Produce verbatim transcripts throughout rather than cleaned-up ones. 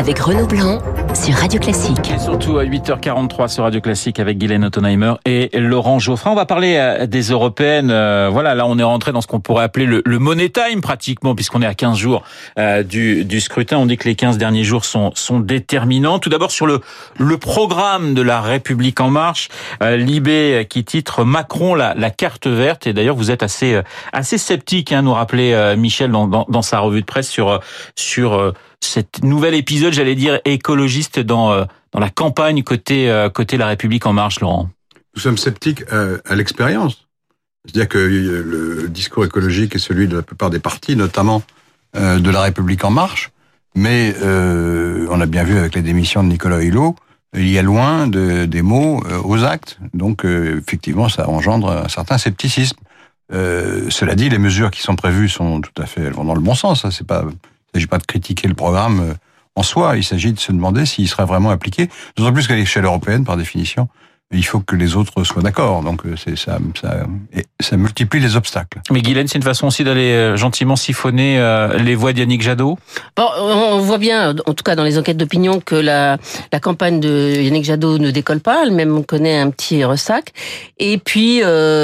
avec Renaud Blanc sur Radio Classique. Et surtout à huit heures quarante-trois sur Radio Classique avec Guylaine Ottenheimer et Laurent Geoffrin. On va parler des européennes. Euh, voilà, là on est rentré dans ce qu'on pourrait appeler le, le money time pratiquement, puisqu'on est à quinze jours euh, du, du scrutin. On dit que les quinze derniers jours sont, sont déterminants. Tout d'abord sur le, le programme de la République en marche, euh, Libé qui titre Macron la, la carte verte. Et d'ailleurs vous êtes assez, assez sceptique, hein, nous rappelait euh, Michel dans, dans, dans sa revue de presse sur, sur euh, cet nouvel épisode, j'allais dire, écologiste dans, euh, dans la campagne côté, euh, côté La République En Marche, Laurent. Nous sommes sceptiques à, à l'expérience. C'est-à-dire que le discours écologique est celui de la plupart des partis, notamment euh, de La République En Marche, mais euh, on a bien vu avec les démissions de Nicolas Hulot, il y a loin de, des mots euh, aux actes. Donc euh, effectivement, ça engendre un certain scepticisme. Euh, cela dit, les mesures qui sont prévues sont tout à fait, elles vont dans le bon sens. Hein, c'est pas Il ne s'agit pas de critiquer le programme en soi, il s'agit de se demander s'il sera vraiment appliqué. D'autant plus qu'à l'échelle européenne, par définition, il faut que les autres soient d'accord. Donc c'est ça, ça, ça multiplie les obstacles. Mais Guylaine, c'est une façon aussi d'aller gentiment siphonner les voix d'Yannick Jadot. Bon, on voit bien, en tout cas dans les enquêtes d'opinion, que la, la campagne de Yannick Jadot ne décolle pas. Elle-même, on connaît un petit ressac. Et puis,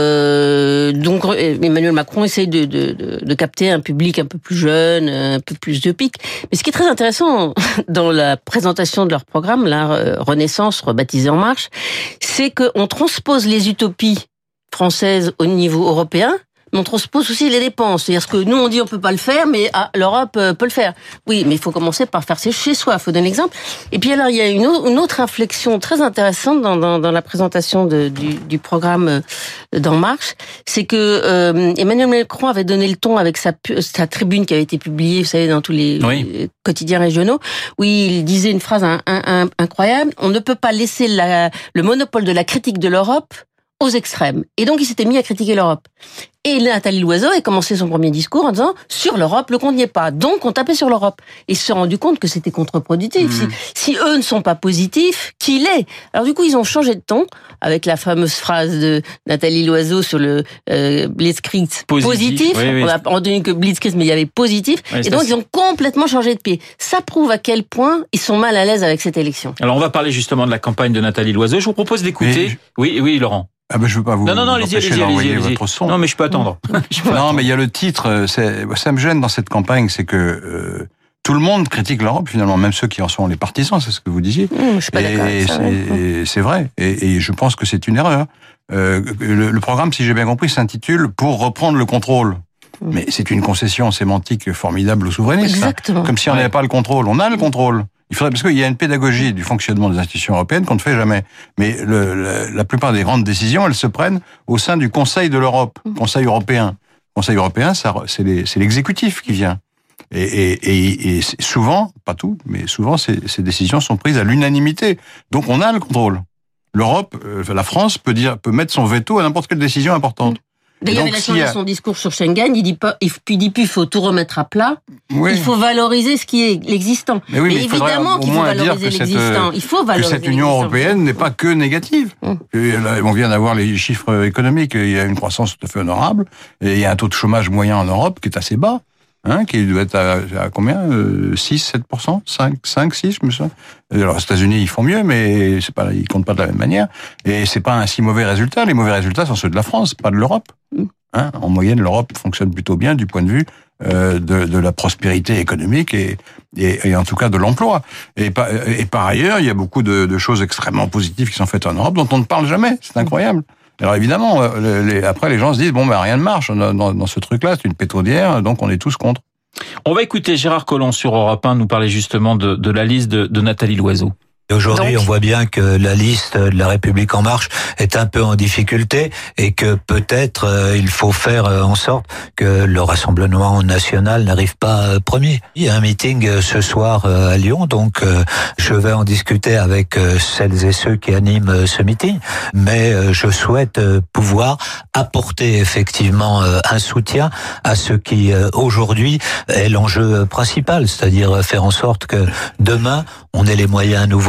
euh, donc Emmanuel Macron essaye de, de, de, de capter un public un peu plus jeune, un peu plus utopique. Mais ce qui est très intéressant dans la présentation de leur programme, la Renaissance, rebaptisée En Marche, c'est qu'on transpose les utopies françaises au niveau européen, mais on transpose aussi les dépenses. C'est-à-dire que nous, on dit on peut pas le faire, mais ah, l'Europe peut le faire. Oui, mais il faut commencer par faire chez soi. Il faut donner l'exemple. Et puis alors, il y a une autre inflexion très intéressante dans, dans, dans la présentation de, du, du programme d'En Marche, c'est que euh, Emmanuel Macron avait donné le ton avec sa, sa tribune qui avait été publiée, vous savez, dans tous les oui. quotidiens régionaux, où il disait une phrase un, un, un, incroyable. On ne peut pas laisser la, le monopole de la critique de l'Europe aux extrêmes. Et donc, il s'était mis à critiquer l'Europe. Et Nathalie Loiseau a commencé son premier discours en disant « Sur l'Europe, le compte n'y est pas. » Donc, on tapait sur l'Europe. Et ils se sont rendus compte que c'était contre-productif. Mmh. Si, si eux ne sont pas positifs, qui l'est ? Alors, du coup, ils ont changé de ton avec la fameuse phrase de Nathalie Loiseau sur le euh, Blitzkrieg positif. positif. Oui, oui. On a entendu que Blitzkrieg, mais il y avait positif. Oui, et donc, ils ont complètement changé de pied. Ça prouve à quel point ils sont mal à l'aise avec cette élection. Alors, on va parler justement de la campagne de Nathalie Loiseau. Je vous propose d'écouter... Je... Oui, oui, Laurent. Ah ben je veux pas vous. Non non non, allez-y, allez-y, allez-y, votre son. Non mais je peux attendre. je peux non attendre. Mais il y a le titre. C'est, ça me gêne dans cette campagne, c'est que euh, tout le monde critique l'Europe finalement, même ceux qui en sont les partisans, c'est ce que vous disiez. Mmh, je suis pas et d'accord avec ça, c'est, ouais. c'est vrai. Et, et je pense que c'est une erreur. Euh, le, le programme, si j'ai bien compris, s'intitule Pour reprendre le contrôle. Mmh. Mais c'est une concession sémantique formidable aux souverainistes. Exactement. Hein. Comme si on n'avait ouais. pas le contrôle. On a le contrôle. Il faudrait, parce qu'il y a une pédagogie du fonctionnement des institutions européennes qu'on ne fait jamais. Mais le, le, la plupart des grandes décisions, elles se prennent au sein du Conseil de l'Europe, Conseil européen. Conseil européen, ça, c'est, les, c'est l'exécutif qui vient. Et, et, et, et souvent, pas tout, mais souvent, ces, ces décisions sont prises à l'unanimité. Donc, on a le contrôle. L'Europe, euh, la France peut dire, peut mettre son veto à n'importe quelle décision importante. D'ailleurs, il a changé a... son discours sur Schengen. Il dit pas, il, il dit plus, il faut tout remettre à plat. Oui. Il faut valoriser ce qui est l'existant. Mais, oui, mais, mais évidemment qu'il faut valoriser l'existant. Il faut valoriser que cette Union européenne n'est pas que négative. Hum. Là, on vient d'avoir les chiffres économiques. Il y a une croissance tout à fait honorable. Et il y a un taux de chômage moyen en Europe qui est assez bas. Hein, qui doit être à, à combien euh, six, sept pour cent cinq, cinq, six, je me souviens. Alors, aux États-Unis, ils font mieux, mais c'est pas, ils comptent pas de la même manière. Et c'est pas un si mauvais résultat. Les mauvais résultats sont ceux de la France, pas de l'Europe. Hein, en moyenne, l'Europe fonctionne plutôt bien du point de vue euh, de, de la prospérité économique et, et, et en tout cas de l'emploi. Et, par, et par ailleurs, il y a beaucoup de, de choses extrêmement positives qui sont faites en Europe dont on ne parle jamais. C'est incroyable. Alors évidemment, les, les, après les gens se disent bon ben rien ne marche dans, dans, dans ce truc-là, c'est une pétrolière, donc on est tous contre. On va écouter Gérard Collomb sur Europe un nous parler justement de, de la liste de, de Nathalie Loiseau. Aujourd'hui, Donc. on voit bien que la liste de la République En Marche est un peu en difficulté et que peut-être euh, il faut faire en sorte que le Rassemblement national n'arrive pas premier. Il y a un meeting ce soir à Lyon, donc euh, je vais en discuter avec celles et ceux qui animent ce meeting, mais je souhaite pouvoir apporter effectivement un soutien à ce qui aujourd'hui est l'enjeu principal, c'est-à-dire faire en sorte que demain on ait les moyens nouveaux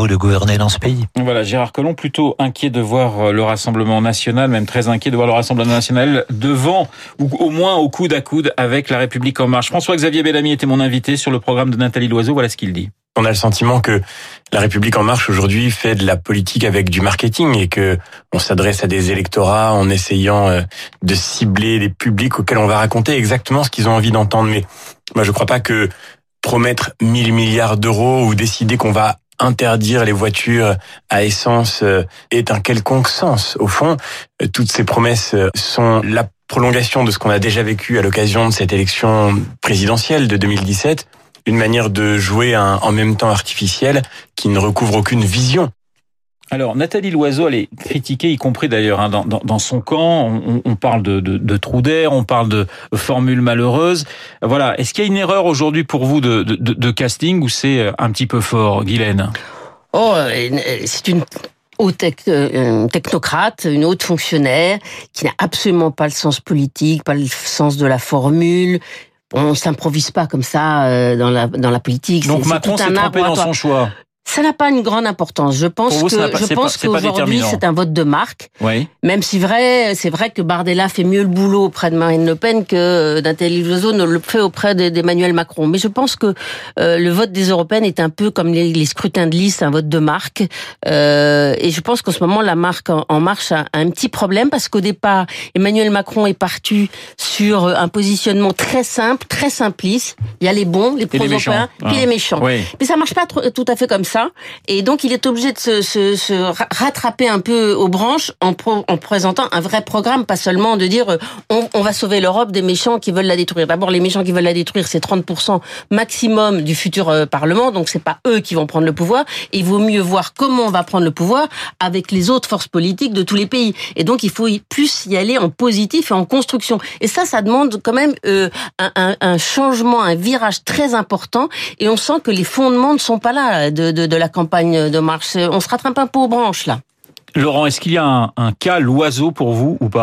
de gouverner dans ce pays. Voilà, Gérard Collomb, plutôt inquiet de voir le Rassemblement national, même très inquiet de voir le Rassemblement national devant, ou au moins au coude à coude avec La République en marche. François-Xavier Bellamy était mon invité sur le programme de Nathalie Loiseau. Voilà ce qu'il dit. On a le sentiment que La République en marche aujourd'hui fait de la politique avec du marketing et que on s'adresse à des électorats en essayant de cibler des publics auxquels on va raconter exactement ce qu'ils ont envie d'entendre. Mais moi, je crois pas que promettre mille milliards d'euros ou décider qu'on va interdire les voitures à essence ait un quelconque sens. Au fond, toutes ces promesses sont la prolongation de ce qu'on a déjà vécu à l'occasion de cette élection présidentielle de deux mille dix-sept. Une manière de jouer un en même temps artificiel qui ne recouvre aucune vision. Alors, Nathalie Loiseau, elle est critiquée, y compris d'ailleurs hein, dans, dans, dans son camp. On, on parle de, de, de trous d'air, on parle de formules malheureuses. Voilà. Est-ce qu'il y a une erreur aujourd'hui pour vous de, de, de casting ou c'est un petit peu fort, Guylaine ? Oh, c'est une haute technocrate, une haute fonctionnaire qui n'a absolument pas le sens politique, pas le sens de la formule. On s'improvise pas comme ça euh, dans la dans la politique. Donc c'est, Macron c'est s'est trompé dans son choix. Ça n'a pas une grande importance. Je pense vous, que pas, je pense pas, qu'aujourd'hui c'est un vote de marque. Oui. Même si vrai, c'est vrai que Bardella fait mieux le boulot auprès de Marine Le Pen que Nathalie Loiseau ne le fait auprès d'Emmanuel Macron. Mais je pense que euh, le vote des européennes est un peu comme les, les scrutins de liste, un vote de marque. Euh, et je pense qu'en ce moment la marque en, en marche a, a un petit problème parce qu'au départ Emmanuel Macron est parti sur un positionnement très simple, très simpliste. Il y a les bons, les pro-européens, puis les méchants. Oui. Mais ça marche pas trop, tout à fait comme ça. Et donc, il est obligé de se, se, se rattraper un peu aux branches en, pro, en présentant un vrai programme, pas seulement de dire on, on va sauver l'Europe des méchants qui veulent la détruire. D'abord, les méchants qui veulent la détruire, c'est trente pour cent maximum du futur euh, Parlement, donc c'est pas eux qui vont prendre le pouvoir. Et il vaut mieux voir comment on va prendre le pouvoir avec les autres forces politiques de tous les pays. Et donc, il faut y, plus y aller en positif et en construction. Et ça, ça demande quand même euh, un, un, un changement, un virage très important. Et on sent que les fondements ne sont pas là de, de, de la campagne de marche. On se rattrape un peu aux branches, là. Laurent, est-ce qu'il y a un, un cas Loiseau pour vous ou pas ?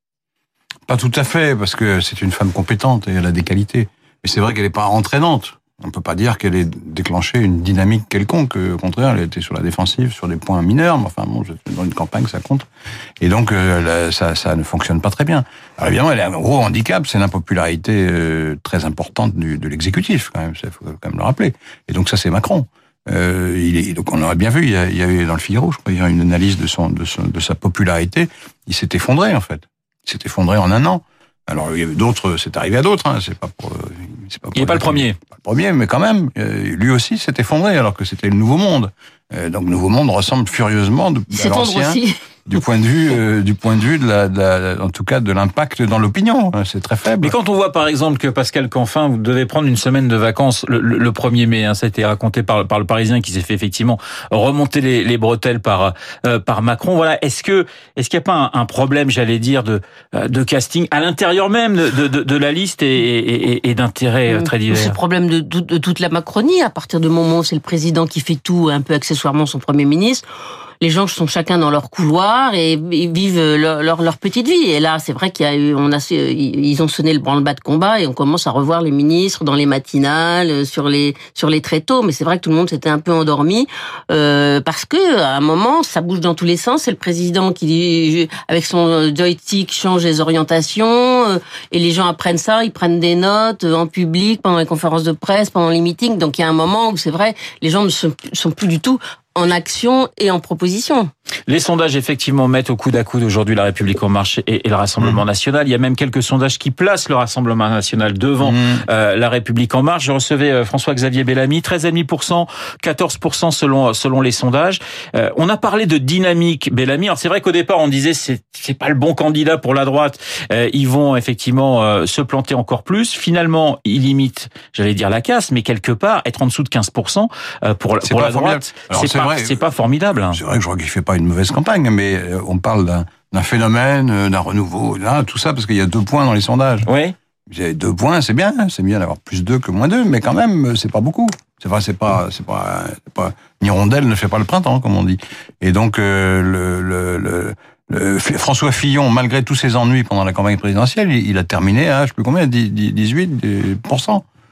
Pas tout à fait, parce que c'est une femme compétente et elle a des qualités. Mais c'est vrai qu'elle n'est pas entraînante. On ne peut pas dire qu'elle ait déclenché une dynamique quelconque. Au contraire, elle était sur la défensive, sur des points mineurs. Mais enfin, bon, dans une campagne, ça compte. Et donc, euh, ça, ça ne fonctionne pas très bien. Alors évidemment, elle a un gros handicap, c'est l'impopularité euh, très importante du, de l'exécutif, quand même. Il faut quand même le rappeler. Et donc, ça, c'est Macron. Euh, il est, donc on aurait bien vu, il y, a, il y avait dans le Figaro, je crois, il y a une analyse de son, de son, de sa popularité. Il s'est effondré en fait. Il s'est effondré en un an. Alors il y avait d'autres, c'est arrivé à d'autres. Hein, c'est pas pour, c'est pas. Pour il n'est pas le premier. Pas le premier, mais quand même, euh, lui aussi s'est effondré alors que c'était le Nouveau Monde. Euh, donc Nouveau Monde ressemble furieusement de, à l'ancien. Aussi. Du point de vue, euh, du point de vue de la, de la, en tout cas, de l'impact dans l'opinion, c'est très faible. Mais quand on voit, par exemple, que Pascal Canfin, vous devez prendre une semaine de vacances le, le, le premier mai, hein, ça a été raconté par, par le Parisien qui s'est fait effectivement remonter les, les bretelles par, euh, par Macron. Voilà, est-ce que, est-ce qu'il n'y a pas un, un problème, j'allais dire, de, de casting à l'intérieur même de, de, de la liste et, et, et d'intérêts très divers? C'est le problème de, de, de toute la Macronie. À partir du moment où c'est le président qui fait tout, un peu accessoirement son premier ministre. Les gens sont chacun dans leur couloir et, et vivent leur, leur, leur petite vie. Et là, c'est vrai qu'il y a eu, on a, ils ont sonné le branle-bas de combat et on commence à revoir les ministres dans les matinales, sur les, sur les tréteaux. Mais c'est vrai que tout le monde s'était un peu endormi euh, parce que à un moment, ça bouge dans tous les sens. C'est le président qui, avec son joystick, change les orientations euh, et les gens apprennent ça. Ils prennent des notes en public pendant les conférences de presse, pendant les meetings. Donc il y a un moment où c'est vrai, les gens ne sont, sont plus du tout en action et en proposition. Les sondages, effectivement, mettent au coude à coude aujourd'hui La République en marche et, et le Rassemblement mmh. national. Il y a même quelques sondages qui placent le Rassemblement national devant mmh. euh, La République en marche. Je recevais euh, François-Xavier Bellamy, treize virgule cinq pour cent, quatorze pour cent selon selon les sondages. Euh, on a parlé de dynamique, Bellamy. Alors c'est vrai qu'au départ, on disait c'est c'est pas le bon candidat pour la droite. Euh, ils vont effectivement euh, se planter encore plus. Finalement, ils limitent, j'allais dire la casse, mais quelque part, être en dessous de quinze pour cent euh, pour, pour la droite, Alors, c'est, c'est, pas, vrai, c'est pas formidable. C'est vrai que je crois qu'il fait pas une mauvaise campagne, mais on parle d'un, d'un phénomène, d'un renouveau, d'un, tout ça, parce qu'il y a deux points dans les sondages. Oui. Deux points, c'est bien, c'est bien d'avoir plus deux que moins deux, mais quand même, c'est pas beaucoup. C'est vrai, c'est pas, c'est pas, c'est pas, une hirondelle ne fait pas le printemps, comme on dit. Et donc, euh, le, le, le, le, François Fillon, malgré tous ses ennuis pendant la campagne présidentielle, il, il a terminé à, je sais plus combien, dix-huit pour cent.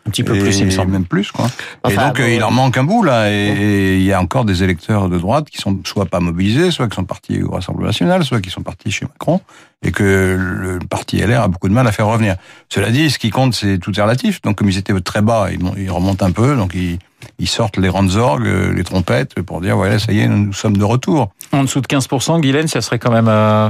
Un petit peu plus, il me semble. Même plus, quoi. Enfin, et donc, bon, il ouais. en manque un bout, là. Et il y a encore des électeurs de droite qui sont soit pas mobilisés, soit qui sont partis au Rassemblement national, soit qui sont partis chez Macron, et que le parti L R a beaucoup de mal à faire revenir. Cela dit, ce qui compte, c'est tout est relatif. Donc, comme ils étaient très bas, ils, ils remontent un peu, donc ils, ils sortent les grandes orgues, les trompettes, pour dire, voilà, ça y est, nous sommes de retour. En dessous de quinze pour cent, Guylaine, ça serait quand même euh,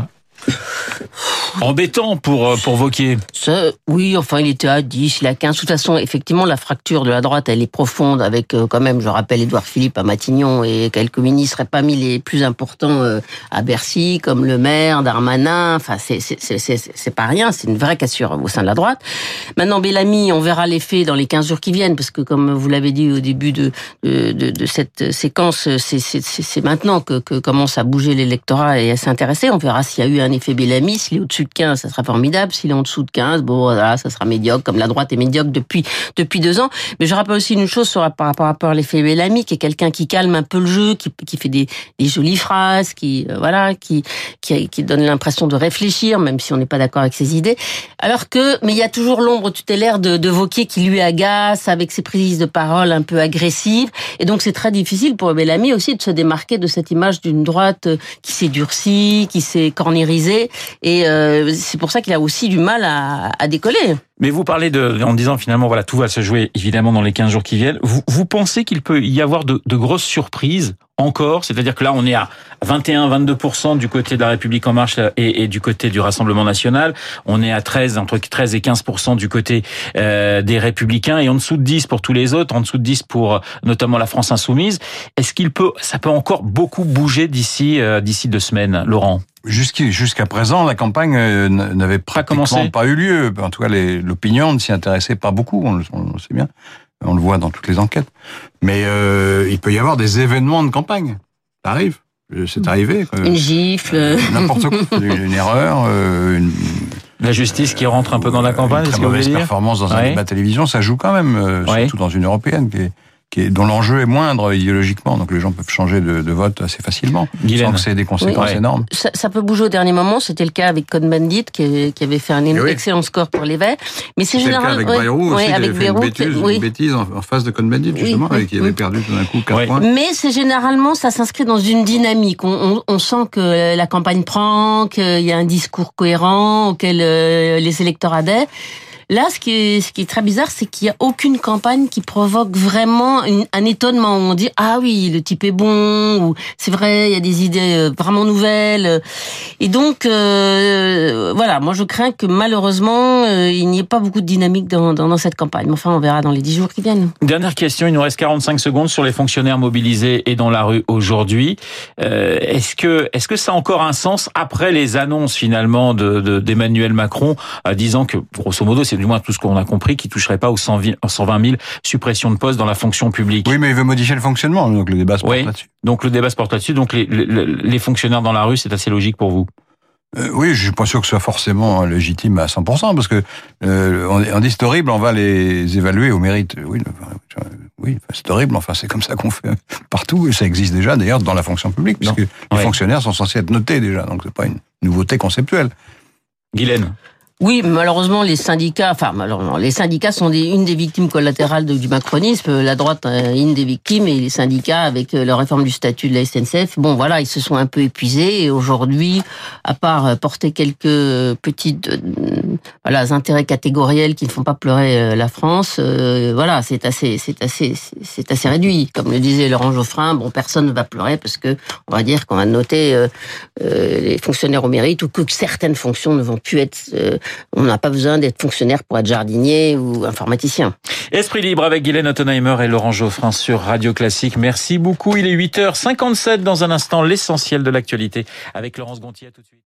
embêtant pour, pour Wauquiez. Ça, oui, enfin, il était à dix, il est à quinze. De toute façon, effectivement, la fracture de la droite, elle est profonde avec, euh, quand même, je rappelle, Édouard Philippe à Matignon et quelques ministres, et pas mis les plus importants euh, à Bercy, comme Le Maire, Darmanin. Enfin, c'est, c'est, c'est, c'est, c'est pas rien, c'est une vraie cassure au sein de la droite. Maintenant, Bellamy, on verra l'effet dans les quinze jours qui viennent, parce que, comme vous l'avez dit au début de, de, de, de cette séquence, c'est, c'est, c'est, c'est maintenant que, que commence à bouger l'électorat et à s'intéresser. On verra s'il y a eu un effet Bellamy. S'il est au-dessus de quinze, ça sera formidable. S'il est en dessous de quinze, bon, voilà, ça sera médiocre, comme la droite est médiocre depuis depuis deux ans. Mais je rappelle aussi une chose sur, par, par rapport à l'effet Bellamy, qui est quelqu'un qui calme un peu le jeu, qui, qui fait des, des jolies phrases, qui euh, voilà, qui, qui qui donne l'impression de réfléchir, même si on n'est pas d'accord avec ses idées. Alors que, mais il y a toujours l'ombre tutélaire de, de Wauquiez qui lui agace avec ses prises de parole un peu agressives. Et donc c'est très difficile pour Bellamy aussi de se démarquer de cette image d'une droite qui s'est durcie, qui s'est cornérisée. Et euh, c'est pour ça qu'il a aussi du mal à, à décoller. Mais vous parlez de, en disant finalement, voilà, tout va se jouer évidemment dans les quinze jours qui viennent. Vous, vous pensez qu'il peut y avoir de, de grosses surprises encore? C'est-à-dire que là, on est à vingt et un à vingt-deux pour cent du côté de la République En Marche et, et du côté du Rassemblement National. On est à treize, entre treize et quinze pour cent du côté euh, des Républicains et en dessous de dix pour tous les autres, en dessous de dix pour notamment la France Insoumise. Est-ce qu'il peut, ça peut encore beaucoup bouger d'ici, euh, d'ici deux semaines, Laurent? Jusqu'à, jusqu'à présent, la campagne n'avait pratiquement pas, pas eu lieu. En tout cas, les, l'opinion ne s'y intéressait pas beaucoup, on le, on le sait bien. On le voit dans toutes les enquêtes. Mais euh, il peut y avoir des événements de campagne. Ça arrive. C'est arrivé. Une gifle. Euh, n'importe quoi. Une, une erreur. Euh, une, la justice qui rentre un peu dans la campagne. Une très mauvaise performance dans un ouais. débat télévision, ça joue quand même, euh, ouais. surtout dans une européenne qui est, qui est, dont l'enjeu est moindre idéologiquement, donc les gens peuvent changer de, de vote assez facilement, Guylaine. Sans que ça ait des conséquences oui. énormes. Ça, ça peut bouger au dernier moment, c'était le cas avec Cohn-Bendit, qui, qui avait fait un oui. excellent score pour les Verts, mais c'est général. C'était le cas avec Bayrou aussi, oui, qui avait fait une bêtise, oui. une bêtise en, en face de Cohn-Bendit, justement, oui. et qui avait oui. perdu tout d'un coup quatre oui. points. Mais c'est généralement, ça s'inscrit dans une dynamique. On, on, on sent que la campagne prend, qu'il y a un discours cohérent auquel euh, les électeurs adhèrent. Là, ce qui est, ce qui est très bizarre, c'est qu'il n'y a aucune campagne qui provoque vraiment une, un étonnement où on dit « Ah oui, le type est bon » ou « C'est vrai, il y a des idées vraiment nouvelles ». Et donc, euh, voilà, moi je crains que malheureusement, euh, il n'y ait pas beaucoup de dynamique dans, dans, dans cette campagne. Mais enfin, on verra dans les dix jours qui viennent. Dernière question, il nous reste quarante-cinq secondes sur les fonctionnaires mobilisés et dans la rue aujourd'hui. Euh, est-ce que, est-ce que ça a encore un sens après les annonces finalement de, de, d'Emmanuel Macron euh, disant que, grosso modo, c'est du moins tout ce qu'on a compris, qui toucherait pas aux cent vingt mille suppressions de postes dans la fonction publique. Oui, mais il veut modifier le fonctionnement, donc le débat se porte oui, là-dessus. Donc le débat se porte là-dessus, donc les, les, les fonctionnaires dans la rue, c'est assez logique pour vous? Euh, oui, je suis pas sûr que ce soit forcément légitime à cent pour cent, parce que euh, on, on dit c'est horrible, on va les évaluer au mérite. Oui, oui, c'est horrible, enfin c'est comme ça qu'on fait partout, et ça existe déjà d'ailleurs dans la fonction publique, puisque non. les ouais. fonctionnaires sont censés être notés déjà, donc c'est pas une nouveauté conceptuelle. Guylaine. Oui, malheureusement, les syndicats, enfin, malheureusement, les syndicats sont des, une des victimes collatérales de, du macronisme. La droite est une des victimes et les syndicats, avec la réforme du statut de la S N C F, bon, voilà, ils se sont un peu épuisés et aujourd'hui, à part porter quelques petites, euh, voilà, intérêts catégoriels qui ne font pas pleurer la France, euh, voilà, c'est assez, c'est assez, c'est assez réduit. Comme le disait Laurent Geoffrin, bon, personne ne va pleurer parce que, on va dire qu'on va noter euh, euh, les fonctionnaires au mérite ou que certaines fonctions ne vont plus être euh, on n'a pas besoin d'être fonctionnaire pour être jardinier ou informaticien. Esprit libre avec Guylaine Ottenheimer et Laurent Geoffrin sur Radio Classique. Merci beaucoup. Il est huit heures cinquante-sept dans un instant, l'essentiel de l'actualité avec Laurence Gontier. À tout de suite.